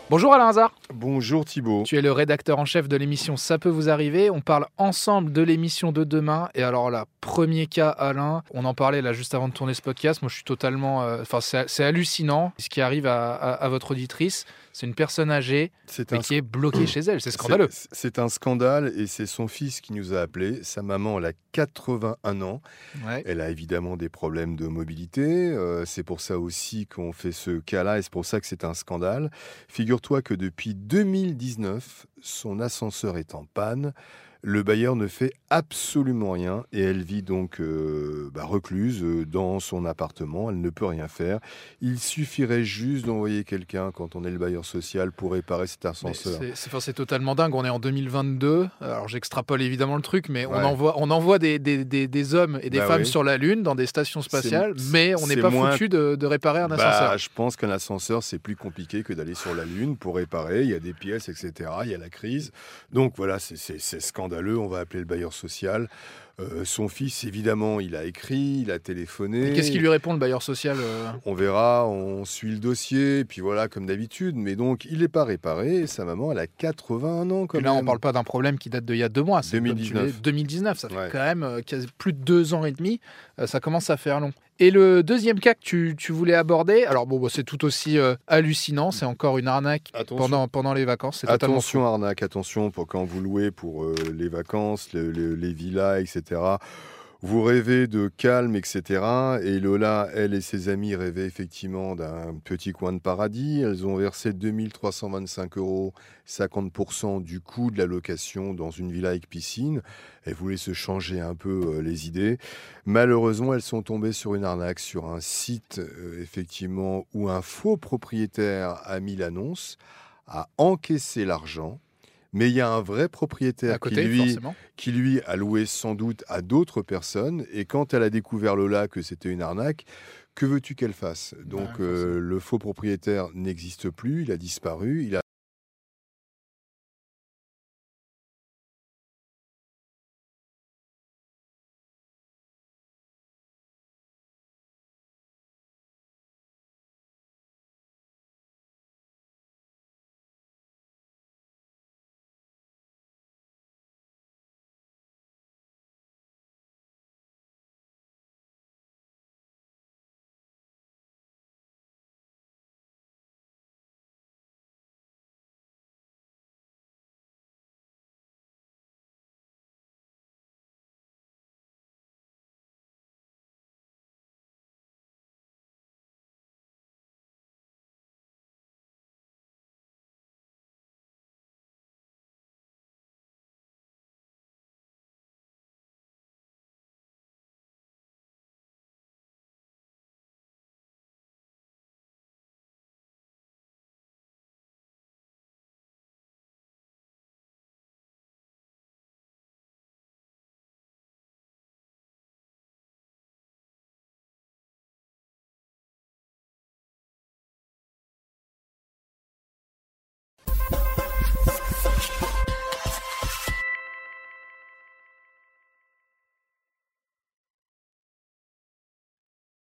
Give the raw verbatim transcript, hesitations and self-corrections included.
Bonjour Alain Hazard. Bonjour Thibaut. Tu es le rédacteur en chef de l'émission Ça peut vous arriver. On parle ensemble de l'émission de demain. Et alors là, premier cas Alain, on en parlait là juste avant de tourner ce podcast. Moi je suis totalement... Enfin euh, c'est, c'est hallucinant ce qui arrive à, à, à votre auditrice. C'est une personne âgée c'est mais un... qui est bloquée chez elle. C'est scandaleux. C'est, c'est un scandale et c'est son fils qui nous a appelés. Sa maman, elle a quatre-vingt-un ans. Ouais. Elle a évidemment des problèmes de mobilité. Euh, c'est pour ça aussi qu'on fait ce cas-là et c'est pour ça que c'est un scandale. Figure-toi que depuis deux mille dix-neuf, son ascenseur est en panne. Le bailleur ne fait absolument rien et elle vit donc euh, bah, recluse dans son appartement. Elle ne peut rien faire. Il suffirait juste d'envoyer quelqu'un quand on est le bailleur social pour réparer cet ascenseur. C'est, c'est, enfin, c'est totalement dingue. On est en deux mille vingt-deux. Alors j'extrapole évidemment le truc, mais ouais. on envoie, on envoie des, des, des, des hommes et des bah femmes oui. sur la Lune dans des stations spatiales, c'est, mais on n'est pas moins... foutu de, de réparer un bah, ascenseur. Je pense qu'un ascenseur, c'est plus compliqué que d'aller sur la Lune pour réparer. Il y a des pièces, et cetera. Il y a la crise. Donc voilà, c'est, c'est, c'est scandaleux. On va appeler le bailleur social. Euh, son fils, évidemment, il a écrit, il a téléphoné. Et qu'est-ce qu'il lui répond, le bailleur social euh... On verra, on suit le dossier, et puis voilà, comme d'habitude. Mais donc, il n'est pas réparé. Et sa maman, elle a quatre-vingt-un ans quand et même. Là, on ne parle pas d'un problème qui date d'il y a deux mois. C'est deux mille dix-neuf. deux mille dix-neuf, ça fait ouais. quand même euh, quasi plus de deux ans et demi. Euh, ça commence à faire long. Et le deuxième cas que tu, tu voulais aborder, alors bon, bah, c'est tout aussi euh, hallucinant, c'est encore une arnaque pendant, pendant les vacances. C'est attention arnaque, attention pour quand vous louez pour euh, les vacances, le, le, les villas, et cetera. Vous rêvez de calme, et cetera. Et Lola, elle et ses amis rêvaient effectivement d'un petit coin de paradis. Elles ont versé deux mille trois cent vingt-cinq euros, cinquante pour cent du coût de la location dans une villa avec piscine. Elles voulaient se changer un peu euh, les idées. Malheureusement, elles sont tombées sur une arnaque, sur un site euh, effectivement où un faux propriétaire a mis l'annonce, a encaissé l'argent. Mais il y a un vrai propriétaire côté, qui, lui, qui, lui, a loué sans doute à d'autres personnes. Et quand elle a découvert Lola que c'était une arnaque, que veux-tu qu'elle fasse ? Donc, ouais, euh, le faux propriétaire n'existe plus, il a disparu. Il a